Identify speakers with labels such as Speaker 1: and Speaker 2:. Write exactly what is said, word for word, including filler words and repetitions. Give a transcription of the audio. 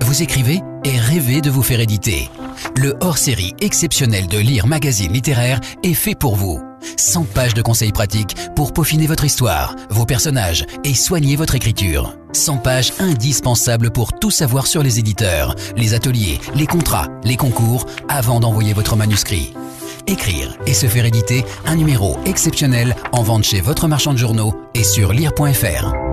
Speaker 1: vous écrivez et rêvez de vous faire éditer. Le hors-série exceptionnel de Lire Magazine Littéraire est fait pour vous. cent pages de conseils pratiques pour peaufiner votre histoire, vos personnages et soigner votre écriture. cent pages indispensables pour tout savoir sur les éditeurs, les ateliers, les contrats, les concours, avant d'envoyer votre manuscrit. Écrire et se faire éditer, un numéro exceptionnel en vente chez votre marchand de journaux et sur lire point f r.